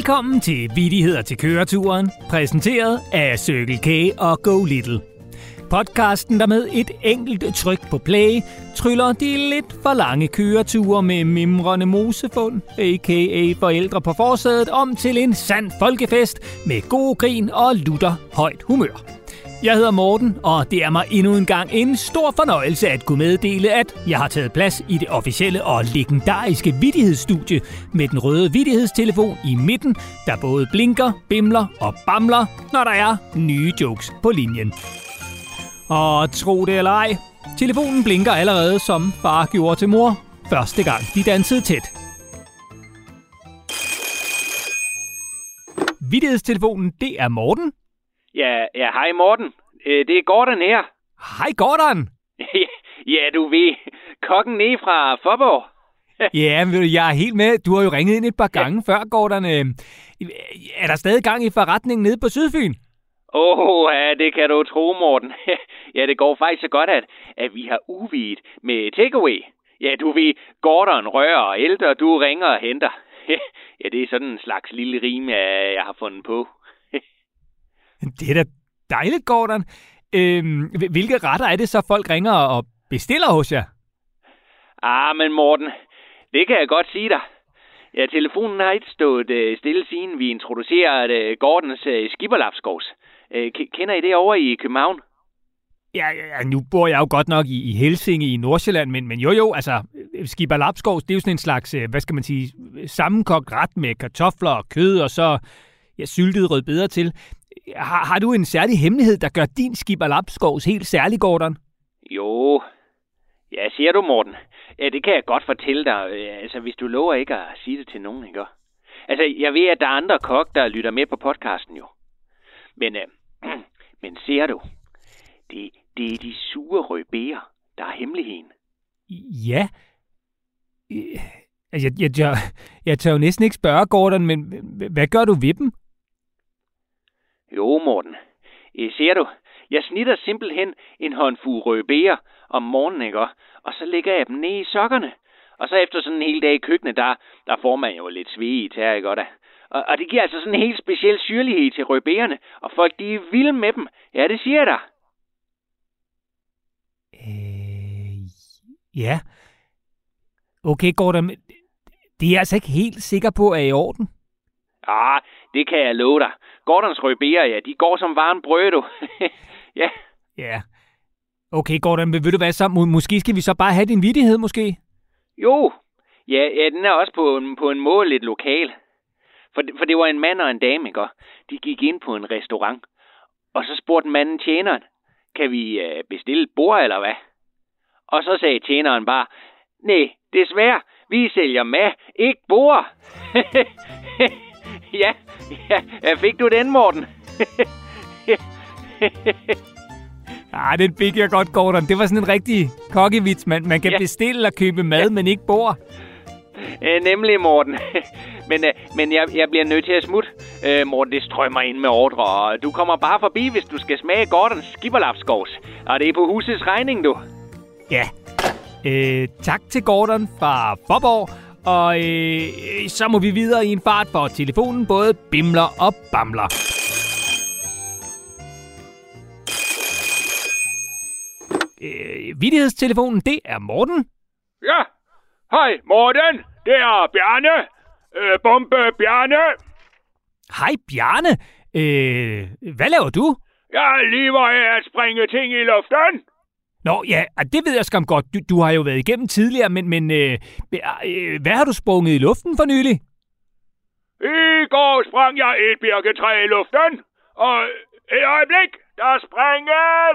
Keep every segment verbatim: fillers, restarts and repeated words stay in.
Velkommen til Vittigheder til køreturen, præsenteret af Circle K og Go Little. Podcasten, der med et enkelt tryk på play, tryller de lidt for lange køreture med mimrende mosefund, a k a forældre på forsædet, om til en sand folkefest med god grin og lutter højt humør. Jeg hedder Morten, og det er mig endnu en gang en stor fornøjelse at kunne meddele, at jeg har taget plads i det officielle og legendariske vittighedsstudie med den røde vittighedstelefon i midten, der både blinker, bimler og bamler, når der er nye jokes på linjen. Og tro det eller ej, telefonen blinker allerede, som far gjorde til mor første gang de dansede tæt. Vittighedstelefonen, det er Morten. Ja, ja, hej Morten. Øh, det er Gordon her. Hej Gordon. Ja, du ved, kokken nede fra Fåborg. Ja, men jeg er helt med. Du har jo ringet ind et par gange ja. før, Gordon. Er der stadig gang i forretningen nede på Sydfyn? Åh, oh, ja, det kan du tro, Morten. Ja, det går faktisk så godt, at, at vi har udvidet med takeaway. Ja, du ved, Gordon rører og ælter, du ringer og henter. Ja, det er sådan en slags lille rim, jeg har fundet på. Det er da dejligt, Gordon. Øhm, hvilke retter er det så, folk ringer og bestiller hos jer? Ah, men Morten, det kan jeg godt sige dig. Ja, telefonen har ikke stået øh, stille, siden vi introducerede øh, Gordons øh, skipperlapskovs. Øh, k- kender I det over i København? Ja, ja, nu bor jeg jo godt nok i, i Helsinge i Nordsjælland, men, men jo jo, altså, skipperlapskovs, det er jo sådan en slags, øh, hvad skal man sige, sammenkogt ret med kartofler og kød, og så ja, syltet rødbeder til. Har, har du en særlig hemmelighed, der gør din skipperlapskovs helt særlig, Gordon? Jo, ja, siger du, Morten. Ja, det kan jeg godt fortælle dig, altså hvis du lover ikke at sige det til nogen, ikke? Altså, jeg ved, at der er andre kok, der lytter med på podcasten jo. Men, øh, men ser du, det, det er de sure rødbeer, der er hemmeligheden. Ja. Jeg, jeg, jeg, jeg tør jo næsten ikke spørge, Gordon, men hvad gør du ved dem? Jo, Morten. Øh, ser du, jeg snitter simpelthen en håndfuld rødbeer om morgenen, ikke? Og så lægger jeg dem ned i sokkerne. Og så efter sådan en hel dag i køkkenet, der, der får man jo lidt sved i tær, ikke? Og, og det giver altså sådan en helt speciel syrlighed til rødbeerne. Og folk, de er vilde med dem. Ja, det siger jeg dig. Øh, ja. Okay, Gordon, det er jeg altså ikke helt sikker på er i orden. Ah, det kan jeg love dig. Gordons rødbeer, ja, de går som varmt brød, du. Ja. Ja. Okay, Gordon, men ved du hvad så? Må, måske skal vi så bare have din vittighed, måske? Jo. Ja, ja, den er også på en, på en måde lidt lokal. For, for det var en mand og en dame, ikke? De gik ind på en restaurant. Og så spurgte manden tjeneren, kan vi øh, bestille et bord, eller hvad? Og så sagde tjeneren bare, nej, desværre, vi sælger mad, ikke bord. Ja, ja, fik du den, Morten? Ah, den fik jeg godt, Gordon. Det var sådan en rigtig kokkevits, man, man kan ja. bestille og købe mad, ja. men ikke bord. Æ, nemlig, Morten. men øh, men jeg, jeg bliver nødt til at smutte. Æ, Morten, det strømmer ind med ordre, og du kommer bare forbi, hvis du skal smage Gordons skipperlapskovs. Og det er på husets regning, du. Ja. Øh, tak til Gordon fra Fåborg. Og øh, så må vi videre i en fart, for telefonen både bimler og bamler. Øh, vittighedstelefonen, det er Morten. Ja, hej Morten, det er Bjarne. Øh, Bombe Bjarne. Hej Bjarne. Øh, hvad laver du? Jeg lever af at springe ting i luften. Nå, ja, det ved jeg skam godt. Du, du har jo været igennem tidligere, men, men øh, øh, hvad har du sprunget i luften for nylig? I går sprang jeg et birketræ i luften, og et øjeblik, der sprænges!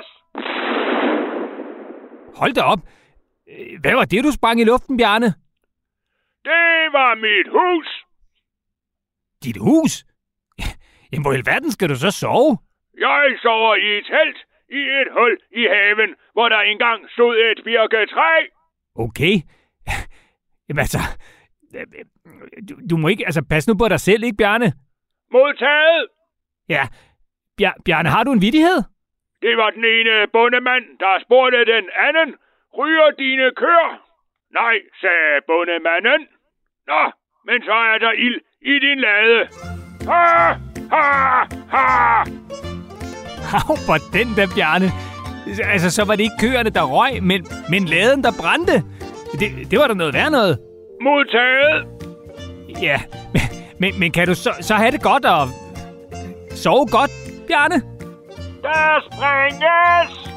Hold da op. Hvad var det, du sprang i luften, Bjarne? Det var mit hus. Dit hus? Jamen, hvor i alverden skal du så sove? Jeg sover i et telt. I et hul i haven, hvor der engang stod et birketræ. Okay. Jamen altså, du, du må ikke, altså pas nu på dig selv, ikke Bjarne? Modtaget. Ja, Bjar- Bjarne, har du en vittighed? Det var den ene bondemand, der spurgte den anden, ryger dine køer? Nej, sagde bondemanden. Nå, men så er der ild i din lade. Ha! Ha! Ha! Hav, for den der, Bjarne. Altså, så var det ikke køerne, der røg, men, men laden, der brændte. Det, det var da noget værd noget. Modtaget! Ja, men, men, men kan du så, så have det godt og sove godt, Bjarne? Der sprænges!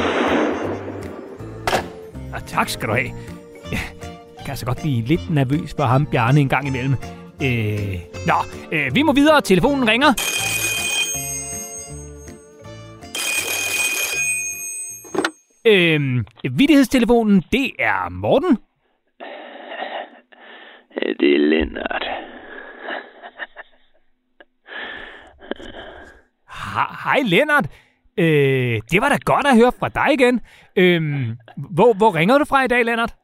Og tak skal du have. Jeg kan altså godt blive lidt nervøs for ham, Bjarne, en gang imellem. Øh, nå, øh, vi må videre. Telefonen ringer. Øh, vittighedstelefonen, det er Morten. Det er Lennart. Hej, Lennart. Øh, det var da godt at høre fra dig igen. Øh, hvor, hvor ringer du fra i dag, Lennart?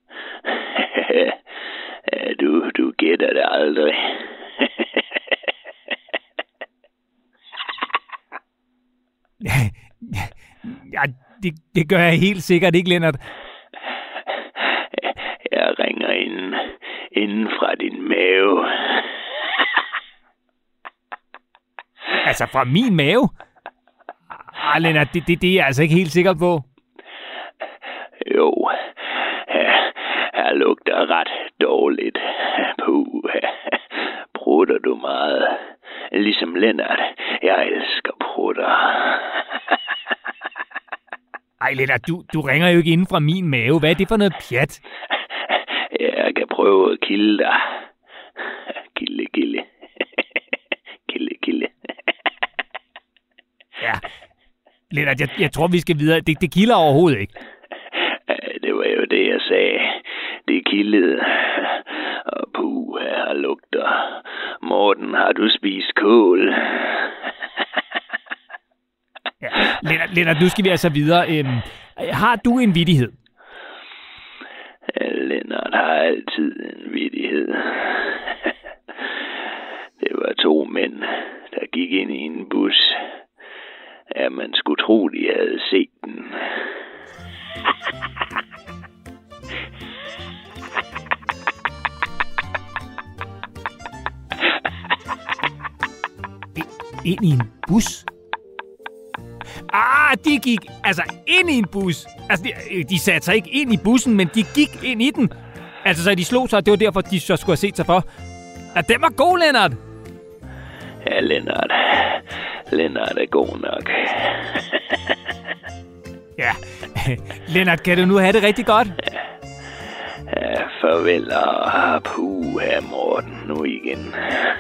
du, du gætter det aldrig. ja, det, det gør jeg helt sikkert ikke, Lennart. Jeg ringer inden, inden fra din mave. Altså fra min mave? Ah, Lennart, det, det, det er jeg altså ikke helt sikker på. Jo, her, her lugter ret dårligt. Puh, prutter du meget. Ligesom Lennart, jeg elsker prutter. Ej, Lennart, du, du ringer jo ikke inden fra min mave. Hvad er det for noget pjat? Jeg kan prøve at kilde dig. Kilde, kilde. Kilde, kilde. Ja, Lennart, jeg, jeg tror, vi skal videre. Det, det kilder overhovedet ikke. Det var jo det, jeg sagde. Det kildede. Og puh, her lugter. Morten, har du spist kål? Ja, Lennart, Lennart, nu skal vi altså videre. Øhm, har du en vittighed? Lennart har altid en vittighed. Det var to mænd, der gik ind i en bus. Ja, man skulle tro, de havde set den. Ind i en bus? Ah, de gik altså ind i en bus. Altså, de, de satte sig ikke ind i bussen, men de gik ind i den. Altså, så de slog sig, og det var derfor, de så skulle have set sig for. Ja, den var god, Lennart. Ja, Lennart. Lennart er god nok. Ja, Lennart, kan du nu have det rigtig godt? Ja, ja farvel og puh her, Morten, nu igen.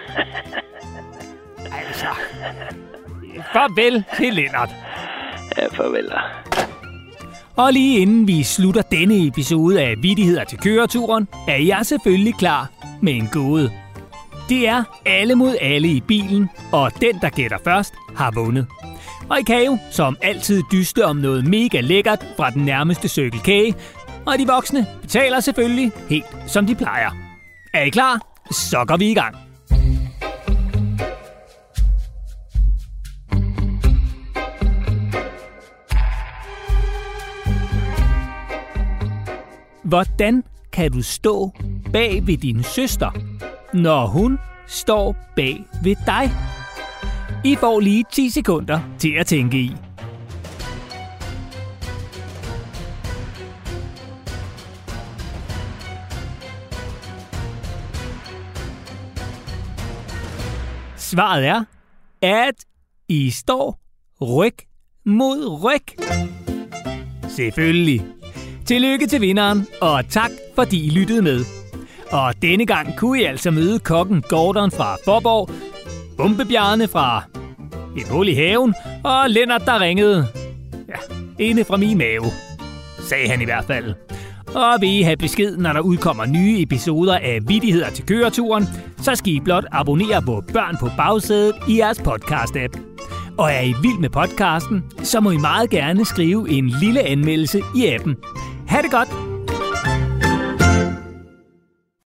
Altså, farvel til Lennart. Ja, farvel. Og lige inden vi slutter denne episode af Vittigheder til køreturen, er jeg selvfølgelig klar med en gåde. Det er alle mod alle i bilen, og den, der gætter først, har vundet. Og I kan jo, som altid, dyste om noget mega lækkert fra den nærmeste Circle K, og de voksne betaler selvfølgelig helt som de plejer. Er I klar? Så går vi i gang. Hvordan kan du stå bag ved din søster, når hun står bag ved dig? I får lige ti sekunder til at tænke i. Svaret er, at I står ryg mod ryg. Selvfølgelig. Tillykke til vinderen, og tak fordi I lyttede med. Og denne gang kunne I altså møde kokken Gordon fra Forborg, Bombebjarne fra et hul i haven, og Lennart, der ringede. Ja, inde fra min mave, sagde han i hvert fald. Og vil I have besked, når der udkommer nye episoder af Vittigheder til køreturen, så skal I blot abonnere på Børn på Bagsædet i jeres podcast-app. Og er I vild med podcasten, så må I meget gerne skrive en lille anmeldelse i appen. Ha' det godt!